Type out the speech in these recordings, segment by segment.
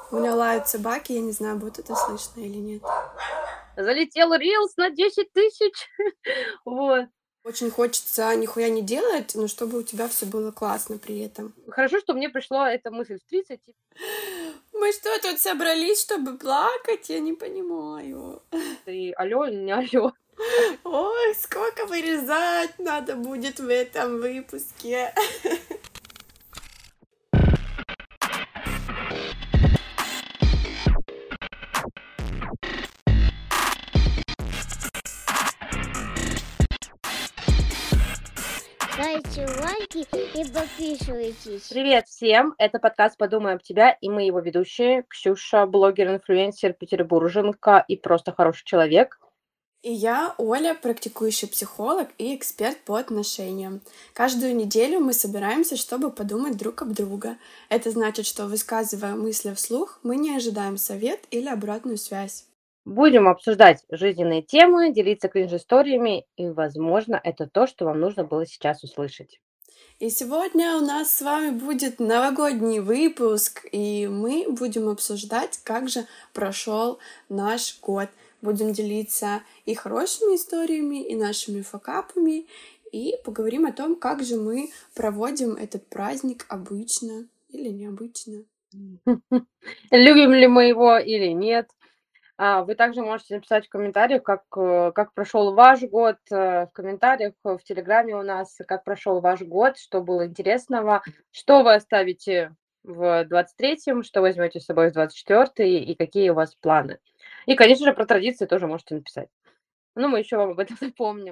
У меня лают собаки, я не знаю, будет это слышно или нет. Залетел рилс на 10 тысяч. Вот. Очень хочется нихуя не делать, но чтобы у тебя все было классно при этом. Хорошо, что мне пришла эта мысль в 30. Мы что, тут собрались, чтобы плакать? Я не понимаю. И алло или не алло. Ой, сколько вырезать надо будет в этом выпуске. Ставьте лайки и подписывайтесь. Привет всем! Это подкаст «Подумай об тебя», и мы его ведущие Ксюша, блогер-инфлюенсер, петербурженка и просто хороший человек. И я, Оля, практикующий психолог и эксперт по отношениям. Каждую неделю мы собираемся, чтобы подумать друг об друга. Это значит, что, высказывая мысли вслух, мы не ожидаем совет или обратную связь. Будем обсуждать жизненные темы, делиться кринж-историями, и, возможно, это то, что вам нужно было сейчас услышать. И сегодня у нас с вами будет новогодний выпуск, и мы будем обсуждать, как же прошел наш год. Будем делиться и хорошими историями, и нашими факапами, и поговорим о том, как же мы проводим этот праздник обычно или необычно. Любим ли мы его или нет? Вы также можете написать в комментариях, как прошел ваш год, в комментариях в Телеграме у нас, как прошел ваш год, что было интересного, что вы оставите в 23-м, что возьмете с собой в 24-й и какие у вас планы. И, конечно же, про традиции тоже можете написать. Ну, мы еще вам об этом напомним.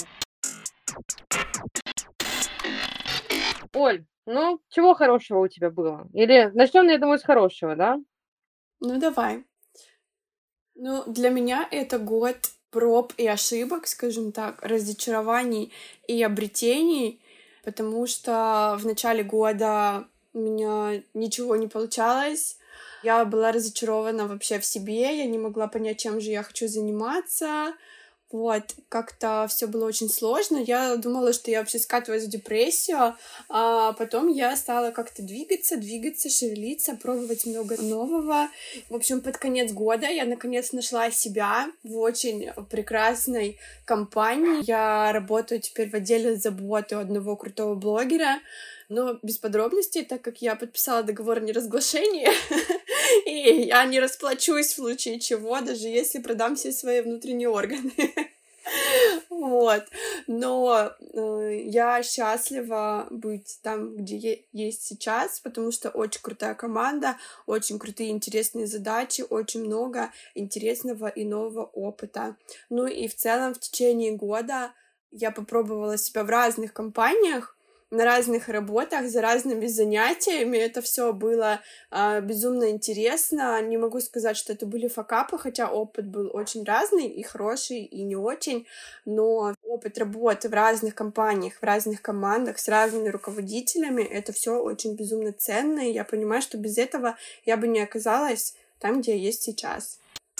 Оль, ну, чего хорошего у тебя было? Или начнем, я думаю, с хорошего, да? Ну, давай. Ну, для меня это год проб и ошибок, скажем так, разочарований и обретений, потому что в начале года у меня ничего не получалось. Я была разочарована вообще в себе, я не могла понять, чем же я хочу заниматься. Вот, как-то все было очень сложно. Я думала, что я вообще скатываюсь в депрессию, а потом я стала как-то двигаться, шевелиться, пробовать много нового. В общем, под конец года я наконец нашла себя в очень прекрасной компании. Я работаю теперь в отделе заботы у одного крутого блогера, но без подробностей, так как я подписала договор о неразглашении, и я не расплачусь в случае чего, даже если продам все свои внутренние органы. Вот. Но я счастлива быть там, где есть сейчас, потому что очень крутая команда, очень крутые интересные задачи, очень много интересного и нового опыта. Ну и в целом в течение года я попробовала себя в разных компаниях, на разных работах, за разными занятиями. Это все было безумно интересно. Не могу сказать, что это были факапы, хотя опыт был очень разный, и хороший, и не очень. Но опыт работы в разных компаниях, в разных командах, с разными руководителями, это все очень безумно ценно. И я понимаю, что без этого я бы не оказалась там, где я есть сейчас.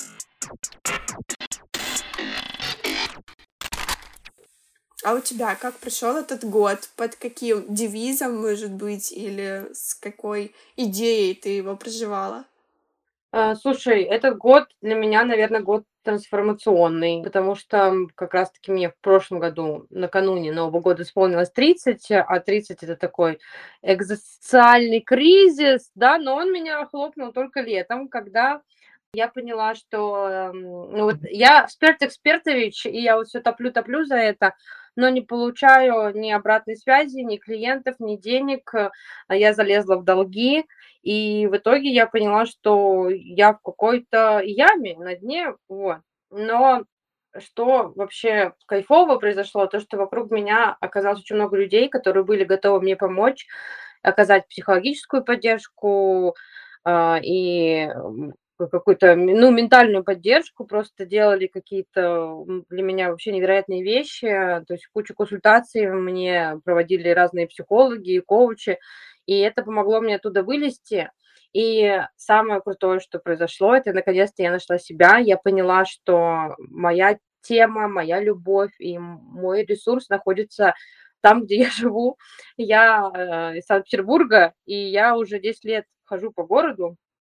А у тебя как прошел этот год? Под каким девизом, может быть, или с какой идеей ты его проживала? Слушай, этот год для меня, наверное, год трансформационный, потому что как раз-таки мне в прошлом году, накануне Нового года, исполнилось 30, а 30 это такой экзистенциальный кризис, да, но он меня хлопнул только летом, когда я поняла, что ну вот я эксперт экспертович, и я вот все топлю за это, но не получаю ни обратной связи, ни клиентов, ни денег. Я залезла в долги, и в итоге я поняла, что я в какой-то яме на дне, вот. Но что вообще кайфово произошло, то, что вокруг меня оказалось очень много людей, которые были готовы мне помочь, оказать психологическую поддержку, и какую-то, ну, ментальную поддержку, просто делали какие-то для меня вообще невероятные вещи, то есть кучу консультаций мне проводили разные психологи и коучи, и это помогло мне оттуда вылезти. И самое крутое, что произошло, это наконец-то я нашла себя, я поняла, что моя тема, моя любовь и мой ресурс находится там, где я живу. Я из Санкт-Петербурга, и я уже 10 лет хожу по городу,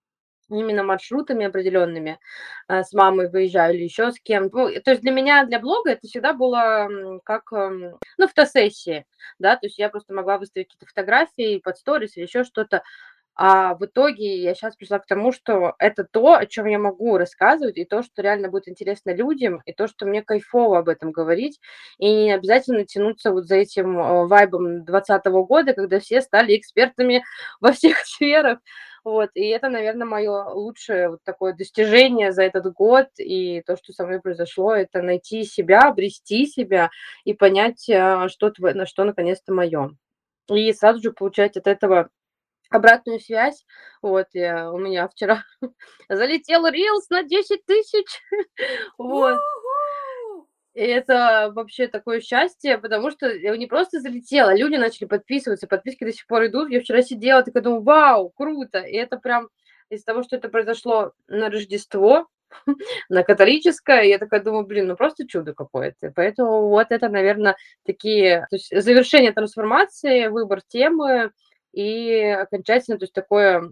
именно маршрутами определенными, с мамой выезжаю или еще с кем. Ну, то есть для меня, для блога это всегда было как, ну, фотосессии, да, то есть я просто могла выставить какие-то фотографии под сторис или еще что-то, а в итоге я сейчас пришла к тому, что это то, о чем я могу рассказывать, и то, что реально будет интересно людям, и то, что мне кайфово об этом говорить, и не обязательно тянуться вот за этим вайбом 2020 года, когда все стали экспертами во всех сферах. Вот, и это, наверное, мое лучшее вот такое достижение за этот год, и то, что со мной произошло, это найти себя, обрести себя и понять, на что наконец-то мое. И сразу же получать от этого обратную связь. Вот, у меня вчера залетел рилс на 10 тысяч. Вот. У-ху! И это вообще такое счастье, потому что не просто залетело, а люди начали подписываться, подписки до сих пор идут. Я вчера сидела, такая думаю, вау, круто. И это прям из-за того, что это произошло на Рождество, на католическое, я такая думаю, блин, ну просто чудо какое-то. Поэтому вот это, наверное, такие, то есть завершение трансформации, выбор темы и окончательно, то есть такое,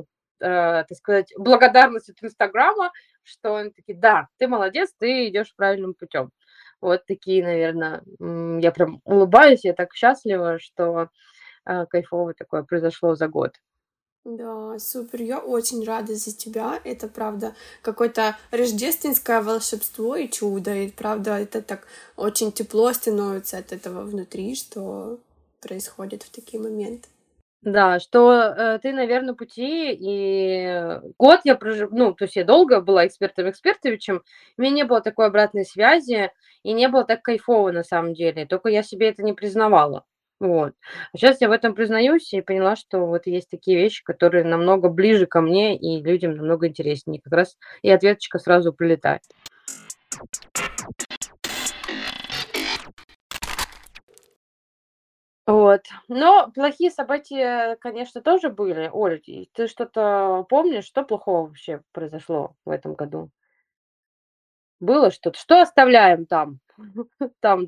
так сказать, благодарность от Инстаграма, что они такие, да, ты молодец, ты идешь правильным путем. Вот такие, наверное, я прям улыбаюсь, я так счастлива, что кайфово такое произошло за год. Да, супер, я очень рада за тебя. Это, правда, какое-то рождественское волшебство и чудо. И, правда, это так очень тепло становится от этого внутри, что происходит в такие моменты. Да, что ты, наверное, пути, и год я ну, то есть я долго была экспертом Экспертовичем, у меня не было такой обратной связи, и не было так кайфово на самом деле, только я себе это не признавала. Вот. А сейчас я в этом признаюсь и поняла, что вот есть такие вещи, которые намного ближе ко мне и людям намного интереснее. Как раз и ответочка сразу прилетает. Вот. Но плохие события, конечно, тоже были. Оль, и ты что-то помнишь, что плохого вообще произошло в этом году? Было что-то? Что оставляем там? Там, в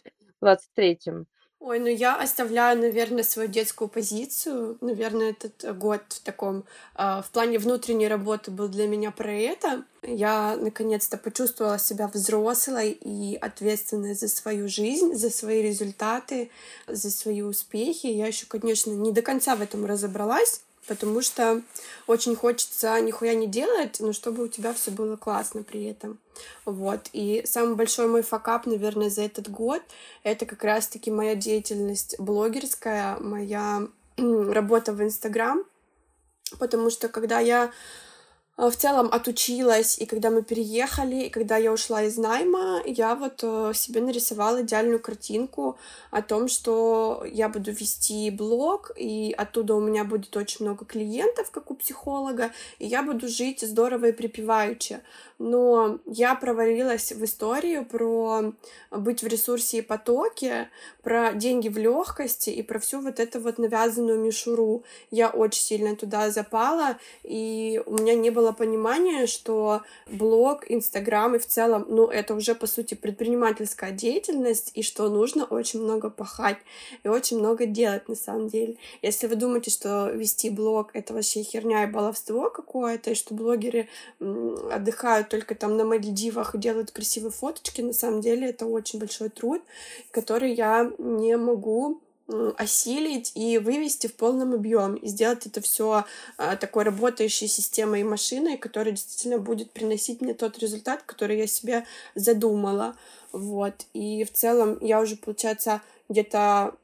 23-м? Ой, ну я оставляю, наверное, свою детскую позицию. Наверное, этот год в таком, в плане внутренней работы был для меня про это. Я наконец-то почувствовала себя взрослой и ответственной за свою жизнь, за свои результаты, за свои успехи. Я еще, конечно, не до конца в этом разобралась, потому что очень хочется нихуя не делать, но чтобы у тебя все было классно при этом. Вот. И самый большой мой факап, наверное, за этот год — это как раз-таки моя деятельность блогерская, моя работа в Инстаграм, потому что когда я в целом отучилась, и когда мы переехали, и когда я ушла из найма, я вот себе нарисовала идеальную картинку о том, что я буду вести блог, и оттуда у меня будет очень много клиентов, как у психолога, и я буду жить здорово и припеваючи. Но я провалилась в историю про быть в ресурсе и потоке, про деньги в легкости и про всю вот эту вот навязанную мишуру. Я очень сильно туда запала, и у меня не было понимания, что блог, Инстаграм и в целом, ну, это уже, по сути, предпринимательская деятельность, и что нужно очень много пахать и очень много делать, на самом деле. Если вы думаете, что вести блог — это вообще херня и баловство какое-то, и что блогеры отдыхают только там на Мальдивах и делают красивые фоточки, на самом деле это очень большой труд, который я не могу осилить и вывести в полном объеме и сделать это все такой работающей системой и машиной, которая действительно будет приносить мне тот результат, который я себе задумала. Вот. И в целом я уже, получается, где-то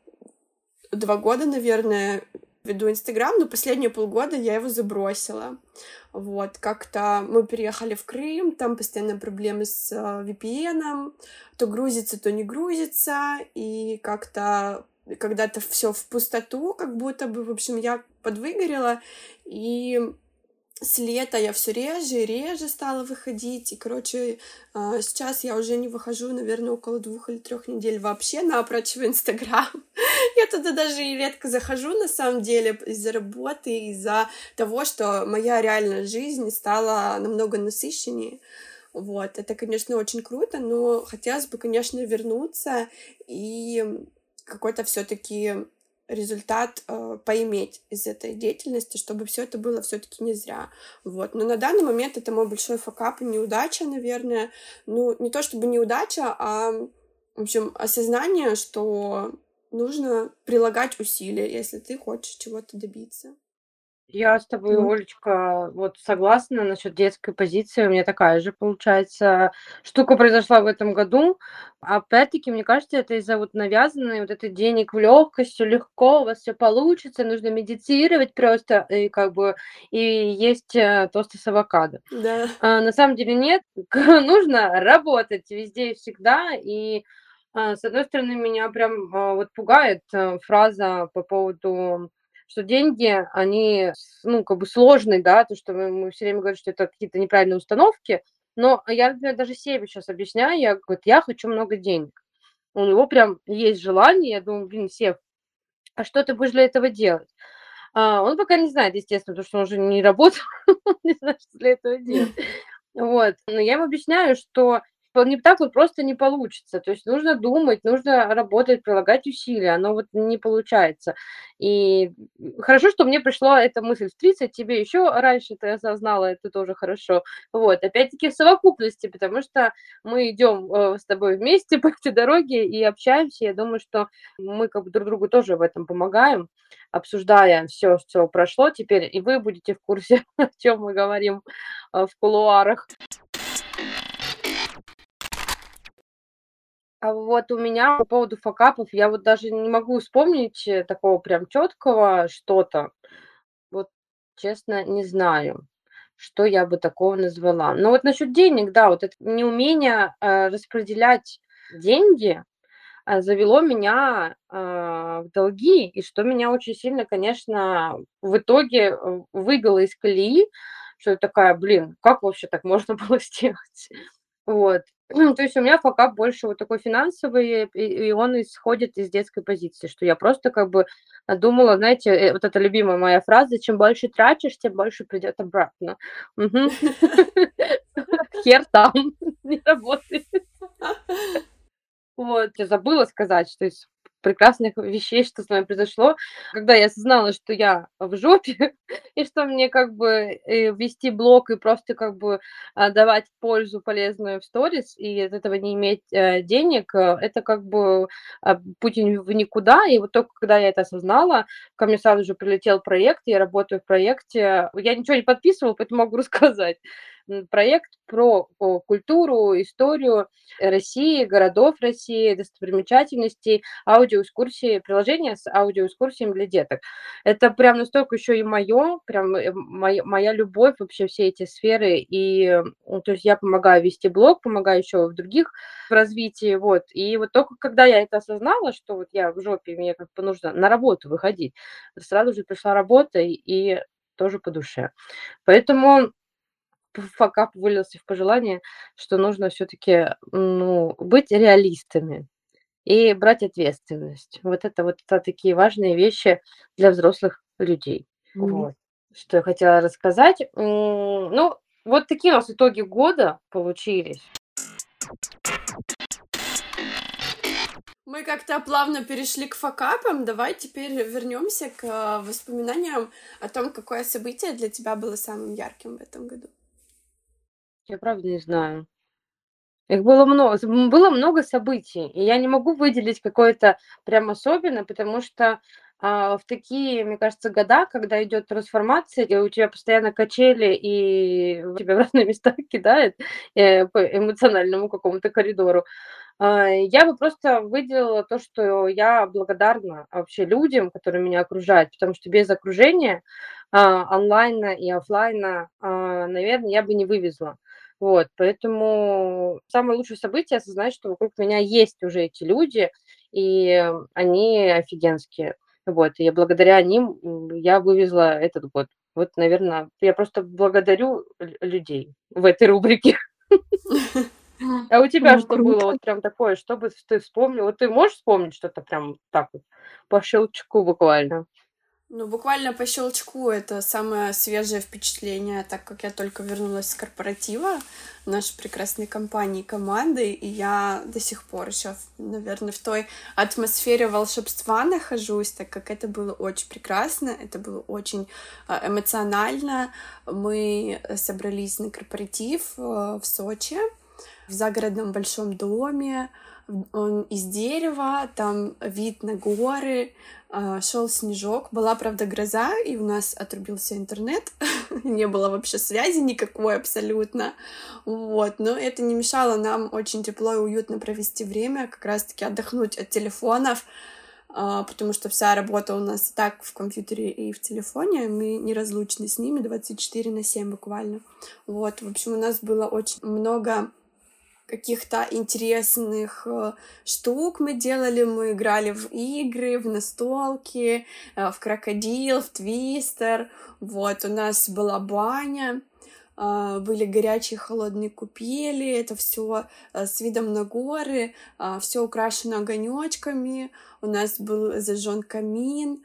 2 года, наверное, веду Инстаграм, но последние полгода я его забросила. Вот, как-то мы переехали в Крым, там постоянно проблемы с VPN, то грузится, то не грузится, и как-то когда-то все в пустоту, как будто бы, в общем, я подвыгорела, и с лета я все реже и реже стала выходить, и, короче, сейчас я уже не выхожу, наверное, около 2 или 3 недель вообще напрочь в Инстаграм. Я туда даже и редко захожу, на самом деле, из-за работы, из-за того, что моя реальная жизнь стала намного насыщеннее. Вот, это, конечно, очень круто, но хотелось бы, конечно, вернуться и какой-то все-таки результат поиметь из этой деятельности, чтобы все это было все-таки не зря. Вот. Но на данный момент это мой большой факап и неудача, наверное. Ну, не то чтобы неудача, а, в общем, осознание, что нужно прилагать усилия, если ты хочешь чего-то добиться. Я с тобой, Олечка, вот согласна насчет детской позиции. У меня такая же, получается, штука произошла в этом году. Опять-таки, мне кажется, это из-за вот навязанной вот этой денег в легкостью, легко, у вас все получится, нужно медитировать просто, и как бы, и есть тосты с авокадо. Да. На самом деле нет, нужно работать везде и всегда, и с одной стороны, меня прям вот пугает фраза по поводу, что деньги, они, ну, как бы сложные, да, то, что мы все время говорим, что это какие-то неправильные установки, но я, например, даже себе сейчас объясняю, я говорю, я хочу много денег. У него прям есть желание, я думаю, блин, Сев, а что ты будешь для этого делать? Он пока не знает, естественно, потому что он уже не работал, он не знает, что для этого делать. Вот. Но я ему объясняю, что не так вот просто не получится. То есть нужно думать, нужно работать, прилагать усилия. Оно вот не получается. И хорошо, что мне пришла эта мысль в 30, тебе еще раньше ты осознала, это тоже хорошо. Вот. Опять-таки в совокупности, потому что мы идем с тобой вместе по этой дороге и общаемся. Я думаю, что мы как бы друг другу тоже в этом помогаем, обсуждая все, что прошло теперь, и вы будете в курсе, о чем мы говорим в кулуарах. А вот у меня по поводу факапов, я вот даже не могу вспомнить такого прям четкого что-то. Вот честно, не знаю, что я бы такого назвала. Но вот насчет денег, да, вот это неумение распределять деньги завело меня в долги, и что меня очень сильно, конечно, в итоге выбило из колеи, что я такая, блин, как вообще так можно было сделать? Вот. То есть у меня факап больше вот такой финансовый, и он исходит из детской позиции, что я просто как бы думала, знаете, вот эта любимая моя фраза, чем больше тратишь, тем больше придет обратно. Мгм. Хер там, не работает. Вот, я забыла сказать, что из прекрасных вещей, что с вами произошло, когда я осознала, что я в жопе, и что мне как бы вести блог и просто как бы давать пользу полезную в сторис, и от этого не иметь денег, это как бы путь в никуда. И вот только когда я это осознала, ко мне сразу же прилетел проект, я работаю в проекте. Я ничего не подписывала, поэтому могу рассказать. Проект про культуру, историю России, городов России, достопримечательностей, аудиоэкскурсии, приложение с аудиоэкскурсиями для деток. Это прям настолько еще и мое, прям моя любовь, вообще все эти сферы. И то есть я помогаю вести блог, помогаю еще в других в развитии. Вот. И вот только когда я это осознала, что вот я в жопе, мне как бы нужно на работу выходить, сразу же пришла работа и тоже по душе. Поэтому факап вылился в пожелание, что нужно все-таки, ну, быть реалистами и брать ответственность. Вот это такие важные вещи для взрослых людей. Вот. Что я хотела рассказать. Ну, вот такие у нас итоги года получились. Мы как-то плавно перешли к факапам. Давай теперь вернемся к воспоминаниям о том, какое событие для тебя было самым ярким в этом году. Я правда не знаю. Их было много событий, и я не могу выделить какое-то прям особенное, потому что в такие, мне кажется, года, когда идет трансформация, и у тебя постоянно качели, и тебя в разные места кидает по эмоциональному какому-то коридору, я бы просто выделила то, что я благодарна вообще людям, которые меня окружают, потому что без окружения онлайна и оффлайна, наверное, я бы не вывезла. Вот, поэтому самое лучшее событие осознать, что вокруг меня есть уже эти люди, и они офигенские. Вот, и благодаря ним я вывезла этот год. Вот, наверное, я просто благодарю людей в этой рубрике. А у тебя что было вот прям такое, что бы ты вспомнил? Вот ты можешь вспомнить что-то прям так вот по щелчку буквально? Ну, буквально по щелчку это самое свежее впечатление, так как я только вернулась с корпоратива нашей прекрасной компании, команды, и я до сих пор еще, наверное, в той атмосфере волшебства нахожусь, так как это было очень прекрасно, это было очень эмоционально. Мы собрались на корпоратив в Сочи, в загородном большом доме. Он из дерева, там вид на горы, шел снежок. Была, правда, гроза, и у нас отрубился интернет. Не было вообще связи никакой абсолютно. Вот. Но это не мешало нам очень тепло и уютно провести время, как раз-таки отдохнуть от телефонов, потому что вся работа у нас и так в компьютере и в телефоне, мы неразлучны с ними 24/7 буквально. Вот, в общем, у нас было очень много каких-то интересных штук мы делали. Мы играли в игры, в настолки, в крокодил, в твистер. Вот, у нас была баня, были горячие холодные купели, это все с видом на горы, все украшено огонечками. У нас был зажжен камин,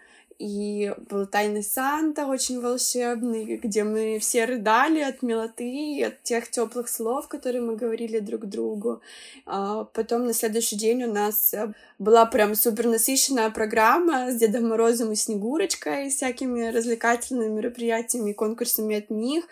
и был тайный Санта очень волшебный, где мы все рыдали от милоты, от тех теплых слов, которые мы говорили друг другу. Потом на следующий день у нас была прям супер насыщенная программа с Дедом Морозом и Снегурочкой, всякими развлекательными мероприятиями и конкурсами от них.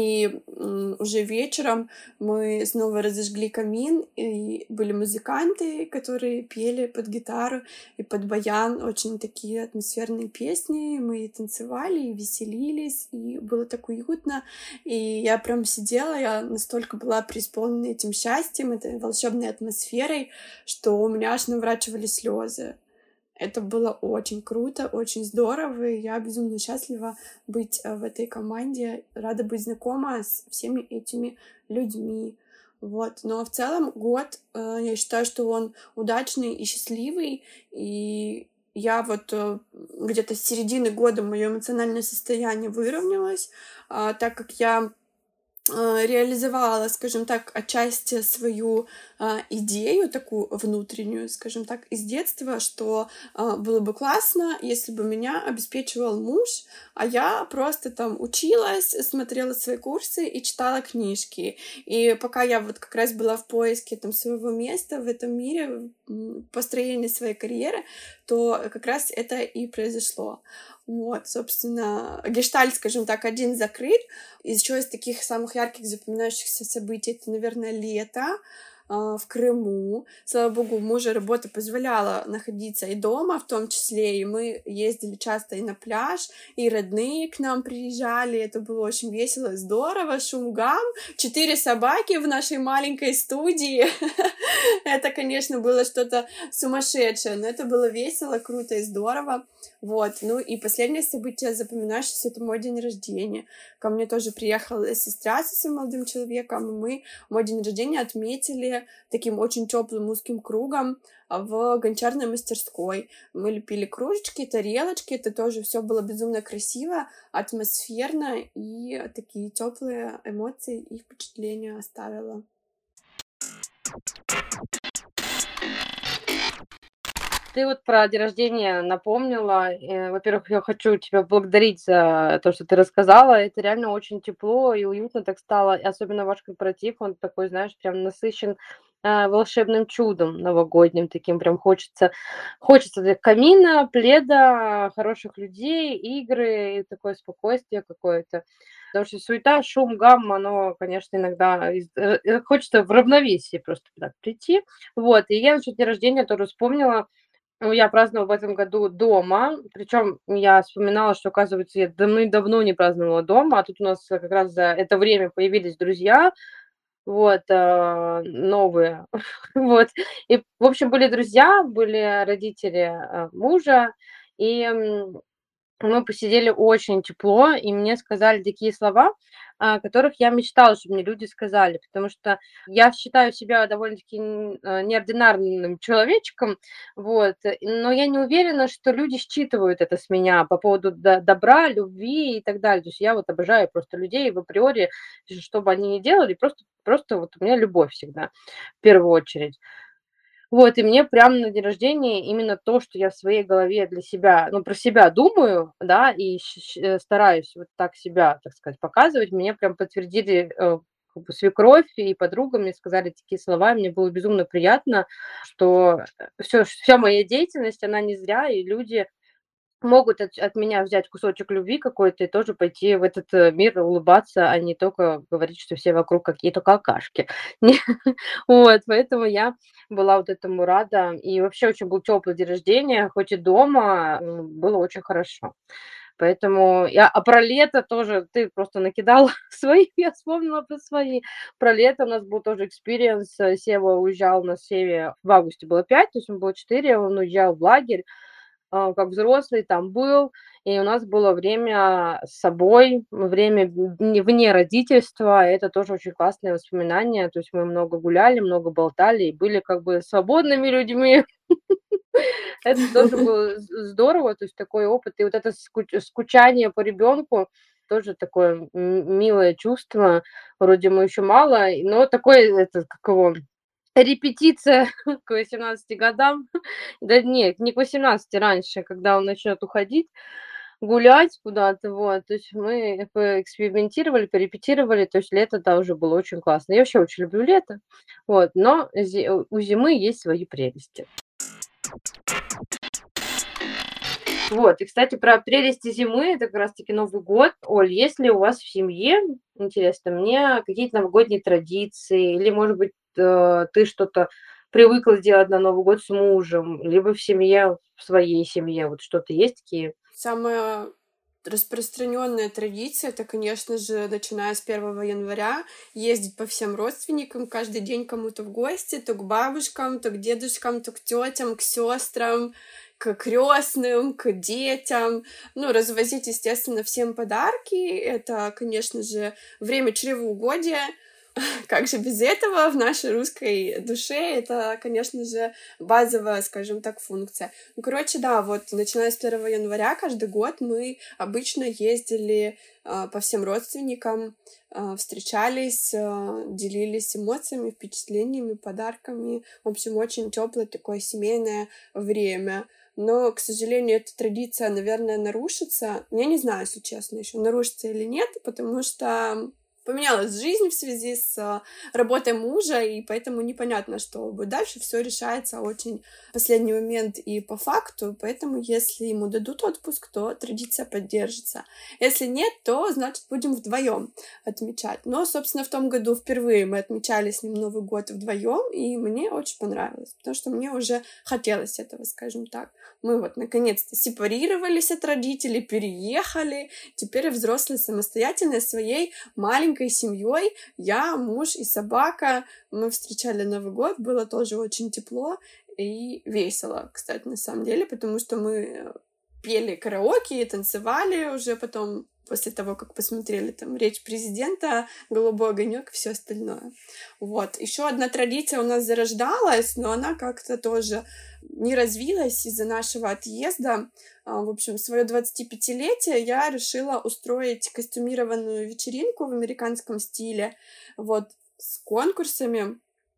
И уже вечером мы снова разожгли камин, и были музыканты, которые пели под гитару и под баян очень такие атмосферные песни. Мы танцевали и веселились, и было так уютно. И я прям сидела, я настолько была преисполнена этим счастьем, этой волшебной атмосферой, что у меня аж наворачивались слезы. Это было очень круто, очень здорово, и я безумно счастлива быть в этой команде, рада быть знакома с всеми этими людьми. Вот. Но в целом год, я считаю, что он удачный и счастливый, и я вот где-то с середины года мое эмоциональное состояние выровнялось, так как я реализовала, скажем так, отчасти свою идею, такую внутреннюю, скажем так, из детства, что было бы классно, если бы меня обеспечивал муж, а я просто там училась, смотрела свои курсы и читала книжки. И пока я вот как раз была в поиске там своего места в этом мире, построения своей карьеры, то как раз это и произошло. Вот, собственно, гештальт, скажем так, один закрыт. Еще из таких самых ярких запоминающихся событий это, наверное, лето в Крыму. Слава богу, мужа работа позволяла находиться и дома, в том числе, и мы ездили часто и на пляж, и родные к нам приезжали, это было очень весело, здорово, шум, гам, 4 собаки в нашей маленькой студии. Это, конечно, было что-то сумасшедшее, но это было весело, круто и здорово. Вот, ну и последнее событие запоминающееся — это мой день рождения. Ко мне тоже приехала сестра со своим молодым человеком, и мы мой день рождения отметили таким очень теплым узким кругом в гончарной мастерской. Мы лепили кружечки, тарелочки, это тоже все было безумно красиво, атмосферно, и такие теплые эмоции и впечатления оставило. Ты вот про день рождения напомнила. Во-первых, я хочу тебя благодарить за то, что ты рассказала. Это реально очень тепло и уютно так стало. И особенно ваш корпоратив, он такой, знаешь, прям насыщен волшебным чудом новогодним. Таким прям хочется камина, пледа, хороших людей, игры, и такое спокойствие какое-то. Потому что суета, шум, гам, оно, конечно, иногда хочется в равновесие просто так прийти. Вот, и я насчет дня рождения тоже вспомнила. Ну, я праздновала в этом году дома, причем я вспоминала, что, оказывается, я давным-давно не праздновала дома, а тут у нас как раз за это время появились друзья, вот, новые, вот. И, в общем, были друзья, были родители мужа, и мы посидели очень тепло, и мне сказали такие слова, о которых я мечтала, чтобы мне люди сказали, потому что я считаю себя довольно-таки неординарным человечком, вот, но я не уверена, что люди считывают это с меня по поводу добра, любви и так далее. То есть я вот обожаю просто людей в априори, что бы они ни делали, просто вот у меня любовь всегда в первую очередь. Вот, и мне прямо на день рождения именно то, что я в своей голове для себя, ну, про себя думаю, да, и стараюсь вот так себя, так сказать, показывать, мне прям подтвердили как бы свекровь и подруга мне сказали такие слова, и мне было безумно приятно, что вся моя деятельность, она не зря, и люди могут от меня взять кусочек любви какой-то и тоже пойти в этот мир улыбаться, а не только говорить, что все вокруг какие-то какашки. Не. Вот, поэтому я была вот этому рада. И вообще очень был теплый день рождения, хоть и дома, было очень хорошо. Поэтому про лето тоже ты просто накидала свои, я вспомнила про свои. Про лето у нас был тоже экспириенс. Сева уезжал на Севе, в августе было 5, то есть ему было 4, он уезжал в лагерь как взрослый там был, и у нас было время с собой, время вне родительства. Это тоже очень классные воспоминания. То есть мы много гуляли, много болтали и были как бы свободными людьми. Это тоже было здорово, то есть такой опыт. И вот это скучание по ребенку тоже такое милое чувство. Вроде мы еще мало, но такое, это, как его, репетиция к 18 годам. Да нет, не к 18, раньше, когда он начнет уходить, гулять куда-то, вот. То есть мы поэкспериментировали, порепетировали, то есть лето, да, уже было очень классно. Я вообще очень люблю лето, вот, но у зимы есть свои прелести. Вот, и, кстати, про прелести зимы, это как раз-таки Новый год. Оль, есть ли у вас в семье, интересно мне, какие-то новогодние традиции, или, может быть, ты что-то привыкла делать на Новый год с мужем, либо в семье, в своей семье, вот что-то есть такие? Самая распространенная традиция — это, конечно же, начиная с 1 января ездить по всем родственникам, каждый день кому-то в гости, то к бабушкам, то к дедушкам, то к тетям, к сестрам, к крестным, к детям. Ну, развозить, естественно, всем подарки. Это, конечно же, время чревоугодия. Как же без этого в нашей русской душе? Это, конечно же, базовая, скажем так, функция. Ну, короче, да, вот начиная с 1 января каждый год мы обычно ездили по всем родственникам, встречались, делились эмоциями, впечатлениями, подарками. В общем, очень теплое такое семейное время. Но, к сожалению, эта традиция, наверное, нарушится. Я не знаю, если честно, еще нарушится или нет, потому что поменялась жизнь в связи с работой мужа, и поэтому непонятно, что будет дальше. Все решается очень в последний момент и по факту, поэтому если ему дадут отпуск, то традиция поддержится. Если нет, то, значит, будем вдвоем отмечать. Но, собственно, в том году впервые мы отмечали с ним Новый год вдвоем, и мне очень понравилось, потому что мне уже хотелось этого, скажем так. Мы вот наконец-то сепарировались от родителей, переехали, теперь взрослые самостоятельные своей маленькой семьей. Я, муж и собака. Мы встречали Новый год, было тоже очень тепло и весело, кстати, на самом деле, потому что мы пели караоке и танцевали уже потом, после того, как посмотрели там речь президента, «Голубой огонек» и все остальное. Вот. Еще одна традиция у нас зарождалась, но она как-то тоже не развилась из-за нашего отъезда. В общем, свое 25-летие я решила устроить костюмированную вечеринку в американском стиле, вот, с конкурсами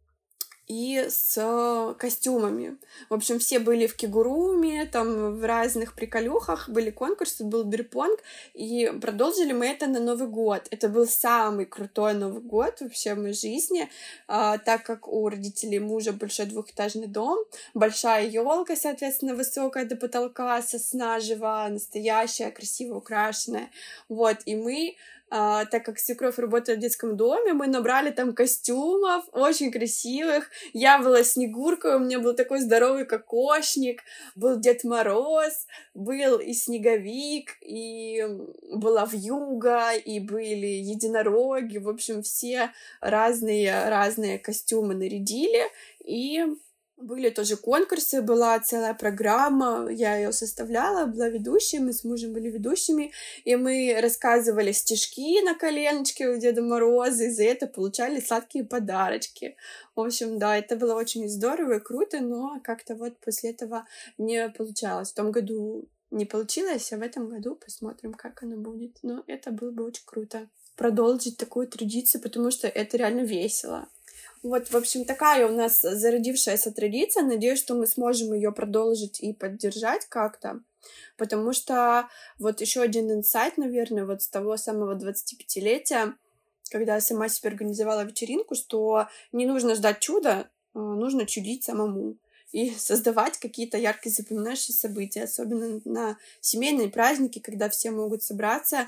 и с костюмами. В общем, все были в кигуруме, там в разных приколюхах, были конкурсы, был бирпонг, и продолжили мы это на Новый год. Это был самый крутой Новый год вообще в моей жизни, так как у родителей мужа большой двухэтажный дом, большая елка, соответственно, высокая до потолка, сосна живая, настоящая, красиво украшенная. Вот, и мы так как свекровь работает в детском доме, мы набрали там костюмов очень красивых. Я была Снегуркой, у меня был такой здоровый кокошник, был Дед Мороз, был и Снеговик, и была вьюга, и были единороги. В общем, все разные костюмы нарядили, и были тоже конкурсы, была целая программа, я ее составляла, была ведущей, мы с мужем были ведущими, и мы рассказывали стишки на коленочке у Деда Мороза, и за это получали сладкие подарочки. В общем, да, это было очень здорово и круто, но как-то вот после этого не получалось. В том году не получилось, а в этом году посмотрим, как оно будет. Но это было бы очень круто продолжить такую традицию, потому что это реально весело. Вот, в общем, такая у нас зародившаяся традиция. Надеюсь, что мы сможем ее продолжить и поддержать как-то. Потому что вот еще один инсайт, наверное, вот с того самого 25-летия, когда я сама себе организовала вечеринку, что не нужно ждать чуда, нужно чудить самому и создавать какие-то яркие запоминающие события, особенно на семейные праздники, когда все могут собраться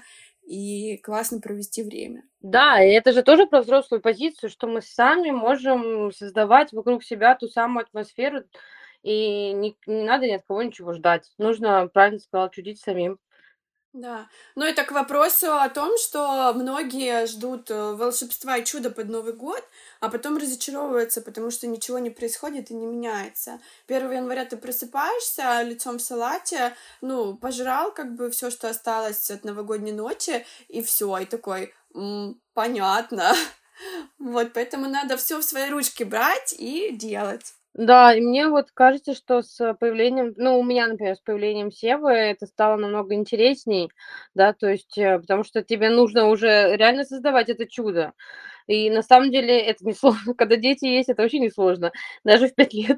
и классно провести время. Да, и это же тоже про взрослую позицию, что мы сами можем создавать вокруг себя ту самую атмосферу, и не надо ни от кого ничего ждать. Нужно, правильно сказала, чудить самим. Да. Ну, это к вопросу о том, что многие ждут волшебства и чуда под Новый год, а потом разочаровываются, потому что ничего не происходит и не меняется. 1 января ты просыпаешься лицом в салате, ну, пожрал как бы все, что осталось от новогодней ночи, и все, и такой, понятно. Вот, поэтому надо все в свои ручки брать и делать. Да, и мне вот кажется, что с появлением, ну, у меня, например, с появлением Севы это стало намного интересней, да, то есть, потому что тебе нужно уже реально создавать это чудо. И на самом деле это несложно. Когда дети есть, это вообще несложно, даже в 5 лет.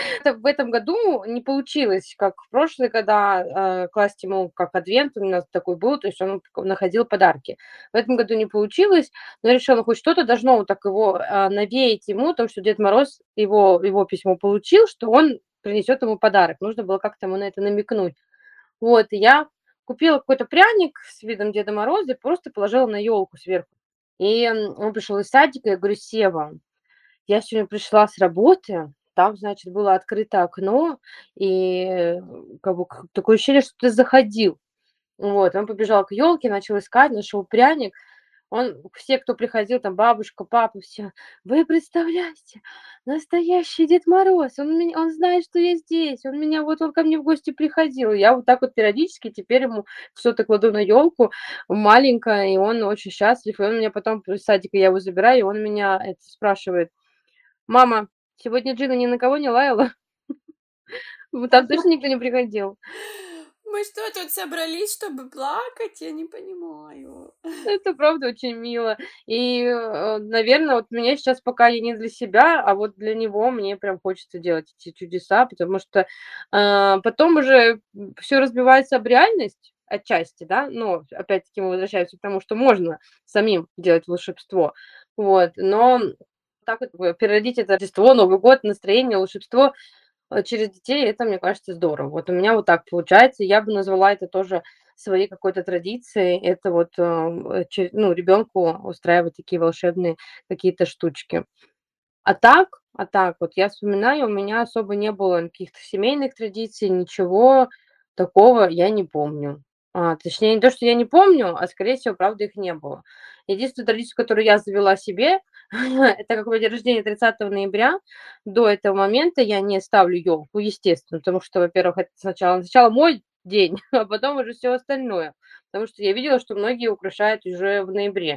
В этом году не получилось, как в прошлый, когда класть ему как адвент, у нас такой был, то есть он находил подарки. В этом году не получилось, но я решила, хоть что-то должно вот так его навеять ему, о том, что Дед Мороз его письмо получил, что он принесет ему подарок. Нужно было как-то ему на это намекнуть. Вот, и я купила какой-то пряник с видом Деда Мороза и просто положила на елку сверху. И он пришел из садика, я говорю: Сева, я сегодня пришла с работы, там, значит, было открыто окно, и как бы такое ощущение, что ты заходил. Вот, он побежал к елке, начал искать, нашел пряник. Все, кто приходил, там бабушка, папа, все, вы представляете, настоящий Дед Мороз, он знает, что я здесь, он ко мне в гости приходил. Я вот так вот периодически теперь ему что-то кладу на елку маленькое, и он очень счастлив. И он меня потом из садика, я его забираю, и он меня спрашивает: мама, сегодня Джина ни на кого не лаяла? Там точно никто не приходил? Мы что, тут собрались, чтобы плакать? Я не понимаю. Это правда очень мило. И, наверное, вот меня сейчас пока я не для себя, а вот для него мне прям хочется делать эти чудеса, потому что потом уже все разбивается об реальность отчасти, да, но опять-таки мы возвращаемся к тому, что можно самим делать волшебство, вот, но так вот переродить это Рождество, Новый год, настроение, волшебство через детей, это, мне кажется, здорово. Вот у меня вот так получается. Я бы назвала это тоже своей какой-то традицией. Это вот, ну, ребенку устраивать такие волшебные какие-то штучки. А так, вот я вспоминаю, у меня особо не было каких-то семейных традиций, ничего такого я не помню. Точнее, не то, что я не помню, а, скорее всего, правда, их не было. Единственная традицию, которую я завела себе, это как бы день рождения 30 ноября. До этого момента я не ставлю елку, естественно, потому что, во-первых, это сначала мой день, а потом уже все остальное. Потому что я видела, что многие украшают уже в ноябре.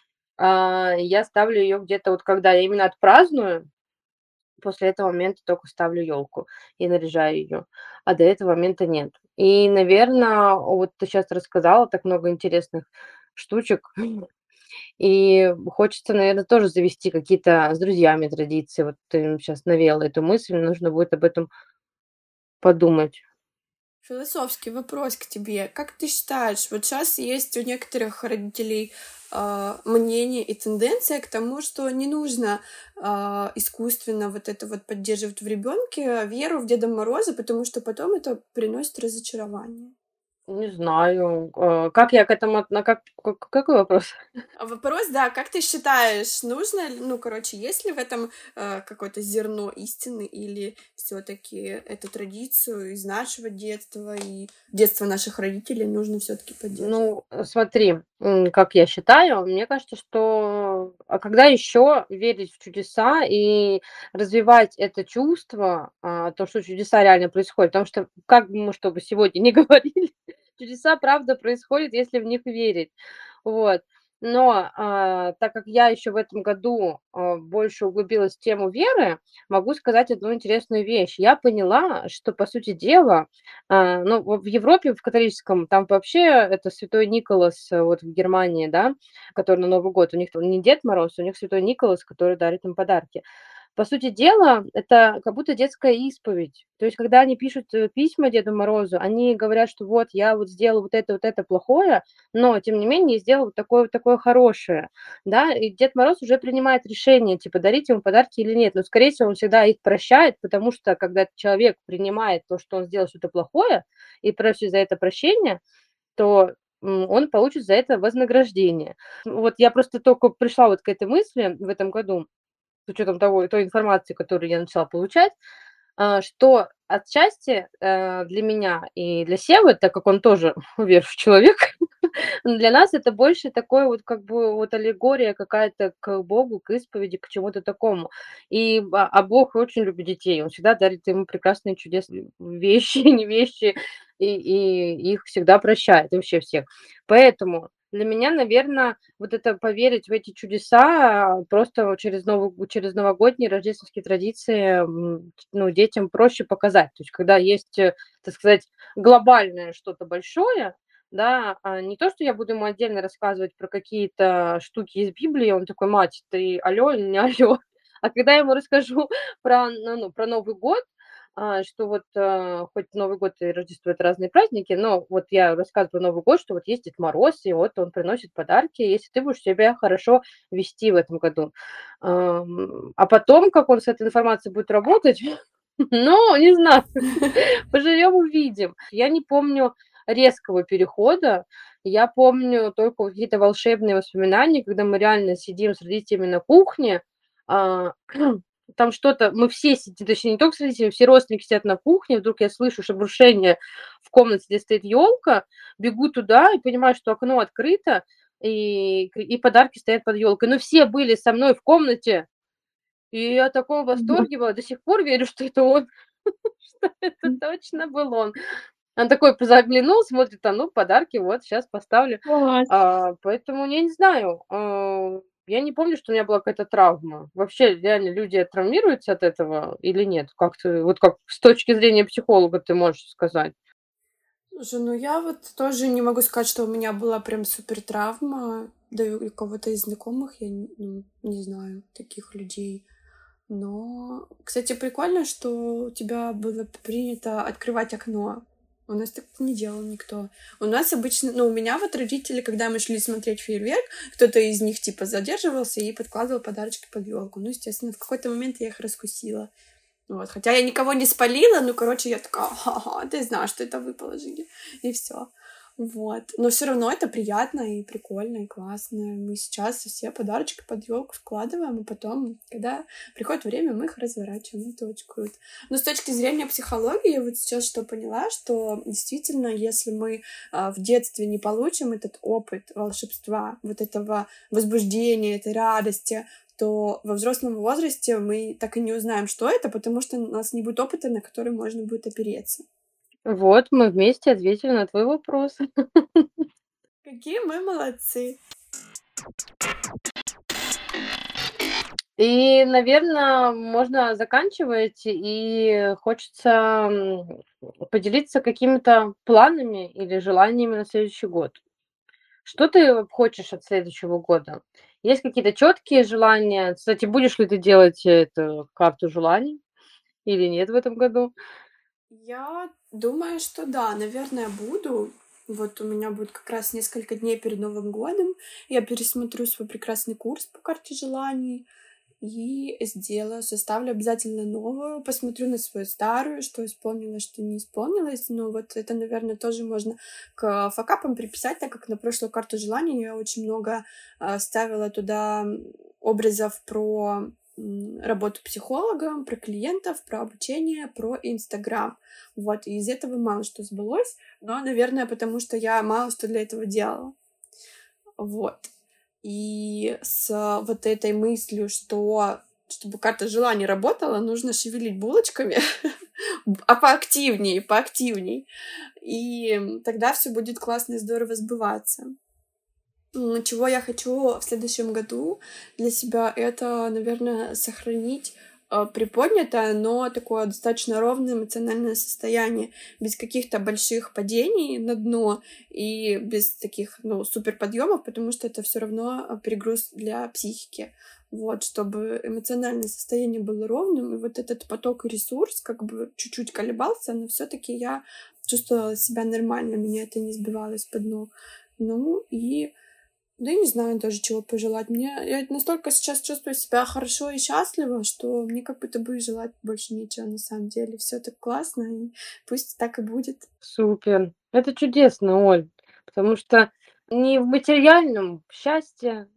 Я ставлю ее где-то вот когда я именно отпраздную, после этого момента только ставлю елку и наряжаю ее, а до этого момента нет. И, наверное, вот ты сейчас рассказала так много интересных штучек, и хочется, наверное, тоже завести какие-то с друзьями традиции. Вот ты сейчас навеяла эту мысль, нужно будет об этом подумать. Философский вопрос к тебе. Как ты считаешь, вот сейчас есть у некоторых родителей мнение и тенденция к тому, что не нужно искусственно вот это вот поддерживать в ребенке веру в Деда Мороза, потому что потом это приносит разочарование. Не знаю, как я к этому какой вопрос? Вопрос, да, как ты считаешь, нужно, ну, короче, есть ли в этом какое-то зерно истины, или все-таки эту традицию из нашего детства и детства наших родителей нужно все-таки поддерживать? Ну, смотри, как я считаю, мне кажется, что когда еще верить в чудеса и развивать это чувство, то, что чудеса реально происходят, потому что как бы мы что бы сегодня не говорили, чудеса правда происходят, если в них верить. Вот. Но, так как я еще в этом году, больше углубилась в тему веры, могу сказать одну интересную вещь. Я поняла, что, по сути дела, ну, в Европе, в католическом, там вообще это святой Николас, вот в Германии, да, который на Новый год, у них там не Дед Мороз, у них святой Николас, который дарит им подарки. По сути дела, это как будто детская исповедь. То есть, когда они пишут письма Деду Морозу, они говорят, что вот я вот сделал вот это плохое, но тем не менее сделал вот такое хорошее, да, и Дед Мороз уже принимает решение, типа, дарить ему подарки или нет. Но, скорее всего, он всегда их прощает, потому что, когда человек принимает то, что он сделал что-то плохое, и просит за это прощения, то он получит за это вознаграждение. Вот я просто только пришла вот к этой мысли в этом году, с учетом той информации, которую я начала получать, что отчасти, для меня и для Севы, так как он тоже верующий человек, для нас это больше такой вот как бы вот аллегория какая-то к Богу, к исповеди, к чему-то такому. А Бог очень любит детей, он всегда дарит ему прекрасные, чудесные вещи, не вещи, и их всегда прощает, и вообще всех. Поэтому для меня, наверное, вот это поверить в эти чудеса, просто вот через новогодние рождественские традиции, ну, детям проще показать. То есть когда есть, так сказать, глобальное что-то большое, да, не то, что я буду ему отдельно рассказывать про какие-то штуки из Библии, он такой: "Мать, ты алло или не алло?" А когда я ему расскажу про Новый год, что вот, хоть Новый год и Рождество — это разные праздники, но вот я рассказываю про Новый год, что вот есть Дед Мороз, и вот он приносит подарки, если ты будешь себя хорошо вести в этом году. А потом, как он с этой информацией будет работать, ну, не знаю, поживем — увидим. Я не помню резкого перехода. Я помню только вот какие-то волшебные воспоминания, когда мы реально сидим с родителями на кухне, а, там что-то, мы все сидим, точнее, не только с родителями, все родственники сидят на кухне, вдруг я слышу шебуршение в комнате, где стоит елка, бегу туда и понимаю, что окно открыто, и подарки стоят под елкой. Но все были со мной в комнате, и я в таком восторге была, до сих пор верю, что это он, что это точно был он. Он такой заглянул, смотрит, ну, подарки, вот, сейчас поставлю. Класс. Поэтому я не знаю, я не помню, что у меня была какая-то травма. Вообще, реально, люди травмируются от этого или нет? Как ты, вот как с точки зрения психолога ты можешь сказать? Слушай, ну я вот тоже не могу сказать, что у меня была прям супер травма. Да и у кого-то из знакомых я не знаю таких людей. Но, кстати, прикольно, что у тебя было принято открывать окно. У нас так не делал никто. У нас обычно, ну, у меня вот родители, когда мы шли смотреть фейерверк, кто-то из них, типа, задерживался и подкладывал подарочки под елку. Ну, естественно, в какой-то момент я их раскусила. Вот. Хотя я никого не спалила, ну, короче, я такая: ага, ты знаешь, что это вы положили. И все. Вот. Но все равно это приятно и прикольно, и классно. Мы сейчас все подарочки под елку складываем, а потом, когда приходит время, мы их разворачиваем. Это очень круто. Но с точки зрения психологии, я вот сейчас что поняла, что действительно, если мы в детстве не получим этот опыт волшебства, вот этого возбуждения, этой радости, то во взрослом возрасте мы так и не узнаем, что это, потому что у нас не будет опыта, на который можно будет опереться. Вот, мы вместе ответили на твой вопрос. Какие мы молодцы! И, наверное, можно заканчивать, и хочется поделиться какими-то планами или желаниями на следующий год. Что ты хочешь от следующего года? Есть какие-то четкие желания? Кстати, будешь ли ты делать эту карту желаний или нет в этом году? Я думаю, что да, наверное, буду. Вот у меня будет как раз несколько дней перед Новым годом. Я пересмотрю свой прекрасный курс по карте желаний и составлю обязательно новую, посмотрю на свою старую, что исполнилось, что не исполнилось. Но вот это, наверное, тоже можно к факапам приписать, так как на прошлую карту желаний я очень много ставила туда образов про работу психологом, про клиентов, про обучение, про Инстаграм. Вот, и из этого мало что сбылось, но, наверное, потому что я мало что для этого делала. Вот. И с вот этой мыслью, что чтобы карта желаний работала, нужно шевелить булочками, а поактивнее. И тогда все будет классно и здорово сбываться. Чего я хочу в следующем году для себя, это, наверное, сохранить приподнятое, но такое достаточно ровное эмоциональное состояние, без каких-то больших падений на дно и без таких, супер подъемов, потому что это все равно перегруз для психики. Вот, чтобы эмоциональное состояние было ровным, и вот этот поток и ресурс как бы чуть-чуть колебался, но все-таки я чувствовала себя нормально, меня это не сбивало из-под ног. Да я не знаю даже, чего пожелать. Я настолько сейчас чувствую себя хорошо и счастливо, что мне как будто бы и желать больше нечего на самом деле. Все так классно, и пусть так и будет. Супер. Это чудесно, Оль, потому что не в материальном счастье,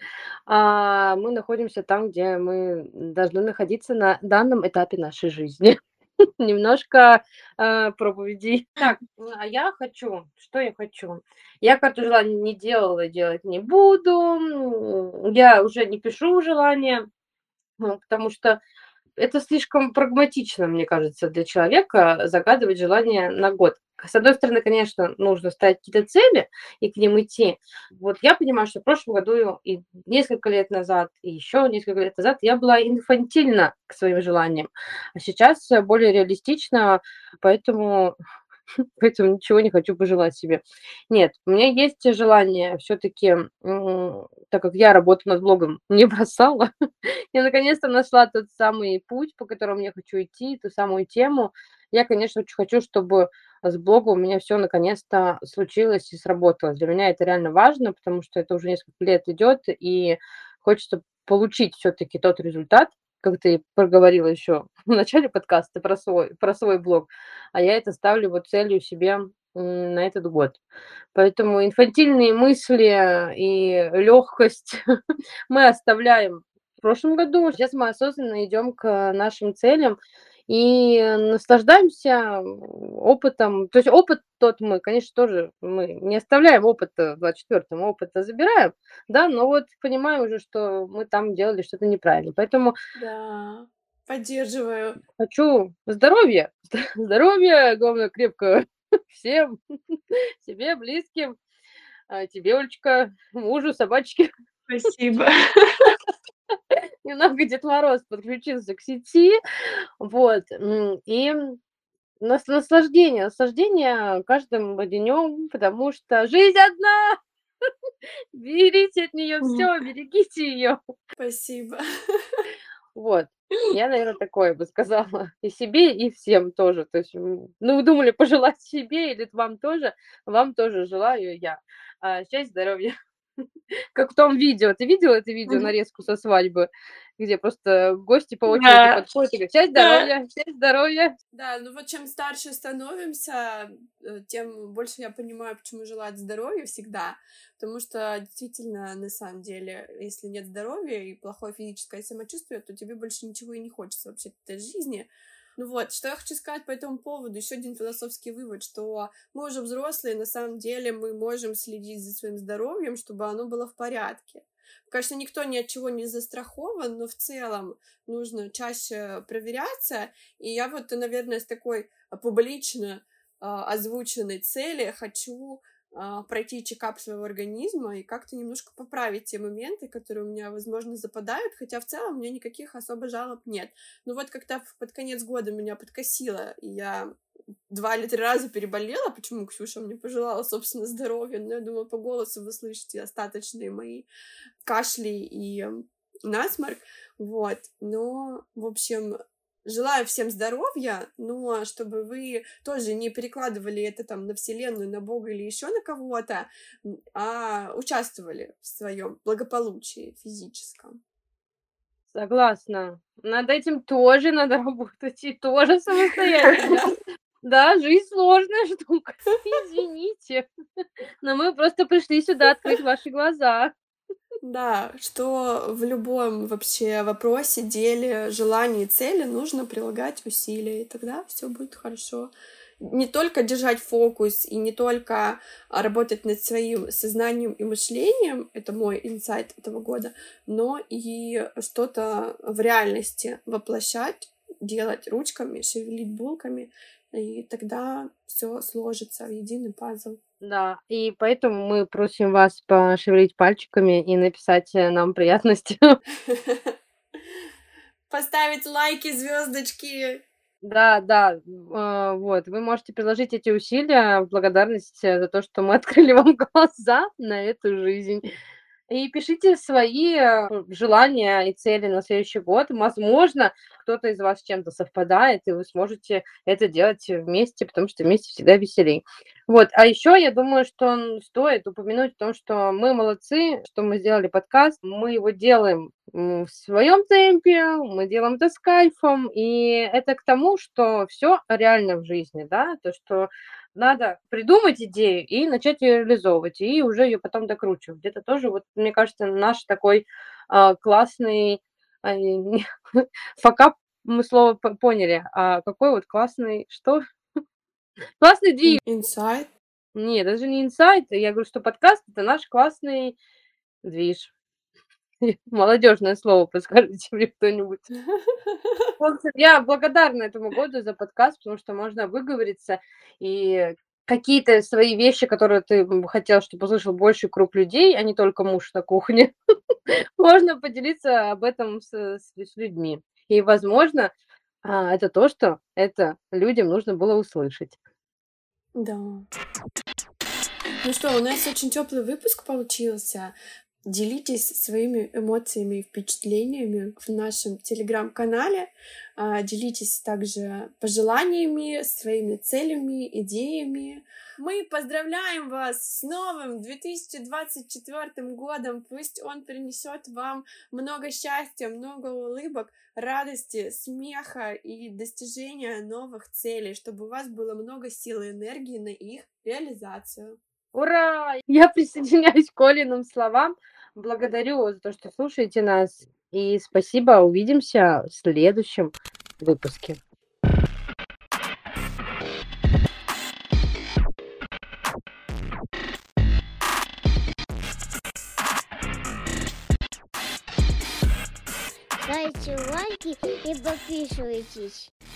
а мы находимся там, где мы должны находиться на данном этапе нашей жизни. Немножко проповедей. Так, а я хочу, что я хочу? Я карту желаний не делала, делать не буду. Я уже не пишу желания, потому что это слишком прагматично, мне кажется, для человека загадывать желание на год. С одной стороны, конечно, нужно ставить какие-то цели и к ним идти. Вот я понимаю, что в прошлом году и несколько лет назад, и еще несколько лет назад я была инфантильна к своим желаниям. А сейчас более реалистично, поэтому поэтому ничего не хочу пожелать себе. Нет, у меня есть желание все-таки, так как я работу над блогом не бросала, я наконец-то нашла тот самый путь, по которому я хочу идти, ту самую тему. Я, конечно, очень хочу, чтобы с блогом у меня все наконец-то случилось и сработало. Для меня это реально важно, потому что это уже несколько лет идет, и хочется получить все-таки тот результат, как ты проговорила еще в начале подкаста про свой блог, а я это ставлю вот целью себе на этот год. Поэтому инфантильные мысли и легкость мы оставляем в прошлом году. Сейчас мы осознанно идем к нашим целям и наслаждаемся опытом. То есть опыт тот мы, конечно, тоже мы не оставляем опыта в 24-м, опыта забираем, да, но вот понимаем уже, что мы там делали что-то неправильно. Поэтому Да, поддерживаю. хочу здоровья, здоровья, главное, крепкого всем, себе, близким, тебе, Олечка, мужу, собачке. Спасибо. Немного Дед Мороз подключился к сети, вот, и наслаждение каждым днем, потому что жизнь одна, берите от нее все, берегите ее. Спасибо. Вот. Я, наверное, такое бы сказала и себе, и всем тоже. То есть, вы думали пожелать себе или вам тоже желаю я. Счастья, здоровья. Как в том видео. Ты видела это видео, нарезку со свадьбы, где просто гости по очереди Да, подходят и говорят: счастья, да. здоровья, счастья, здоровья. Да, вот чем старше становимся, тем больше я понимаю, почему желать здоровья всегда. Потому что действительно, на самом деле, если нет здоровья и плохое физическое самочувствие, то тебе больше ничего и не хочется вообще в этой жизни. Что я хочу сказать по этому поводу, еще один философский вывод, что мы уже взрослые, на самом деле мы можем следить за своим здоровьем, чтобы оно было в порядке. Конечно, никто ни от чего не застрахован, но в целом нужно чаще проверяться. И я наверное, с такой публично озвученной цели хочу пройти чекап своего организма и как-то немножко поправить те моменты, которые у меня, возможно, западают, хотя в целом у меня никаких особо жалоб нет. Как-то под конец года меня подкосило, и я 2 или 3 раза переболела, почему Ксюша мне пожелала, собственно, здоровья, но я думаю, по голосу вы слышите остаточные мои кашли и насморк, но, в общем, желаю всем здоровья, но чтобы вы тоже не перекладывали это там на Вселенную, на Бога или еще на кого-то, а участвовали в своем благополучии физическом. Согласна. Над этим тоже надо работать, и тоже самостоятельно. Да, жизнь сложная штука, извините. Но мы просто пришли сюда открыть ваши глаза. Да, что в любом вообще вопросе, деле, желании, цели нужно прилагать усилия, и тогда все будет хорошо. Не только держать фокус и не только работать над своим сознанием и мышлением, это мой инсайт этого года, но и что-то в реальности воплощать, делать ручками, шевелить булками, и тогда все сложится в единый пазл. Да, и поэтому мы просим вас пошевелить пальчиками и написать нам приятности. Поставить лайки, звездочки. Да, вот, вы можете приложить эти усилия в благодарность за то, что мы открыли вам глаза на эту жизнь. И пишите свои желания и цели на следующий год. Возможно, кто-то из вас с чем-то совпадает, и вы сможете это делать вместе, потому что вместе всегда веселей. Вот, а еще я думаю, что стоит упомянуть о том, что мы молодцы, что мы сделали подкаст, мы его делаем в своем темпе, мы делаем это с кайфом, и это к тому, что все реально в жизни, да, то, что надо придумать идею и начать ее реализовывать, и уже ее потом докручивать. Это тоже, вот, мне кажется, наш такой классный факап, мы слово поняли, а какой вот классный, что? Классный движ. Инсайт. Нет, даже не инсайт, я говорю, что подкаст — это наш классный движ. Молодежное слово, подскажите мне кто-нибудь. В общем, я благодарна этому году за подкаст, потому что можно выговориться и какие-то свои вещи, которые ты хотел, чтобы услышал больший круг людей, а не только муж на кухне, можно поделиться об этом с людьми. И, возможно, это то, что это людям нужно было услышать. Да. Ну что, у нас очень теплый выпуск получился. Делитесь своими эмоциями и впечатлениями в нашем телеграм-канале. Делитесь также пожеланиями, своими целями, идеями. Мы поздравляем вас с новым 2024 годом. Пусть он принесет вам много счастья, много улыбок, радости, смеха и достижения новых целей, чтобы у вас было много сил и энергии на их реализацию. Ура! Я присоединяюсь к Колиным словам. Благодарю за то, что слушаете нас. И спасибо. Увидимся в следующем выпуске. Ставьте лайки и подписывайтесь.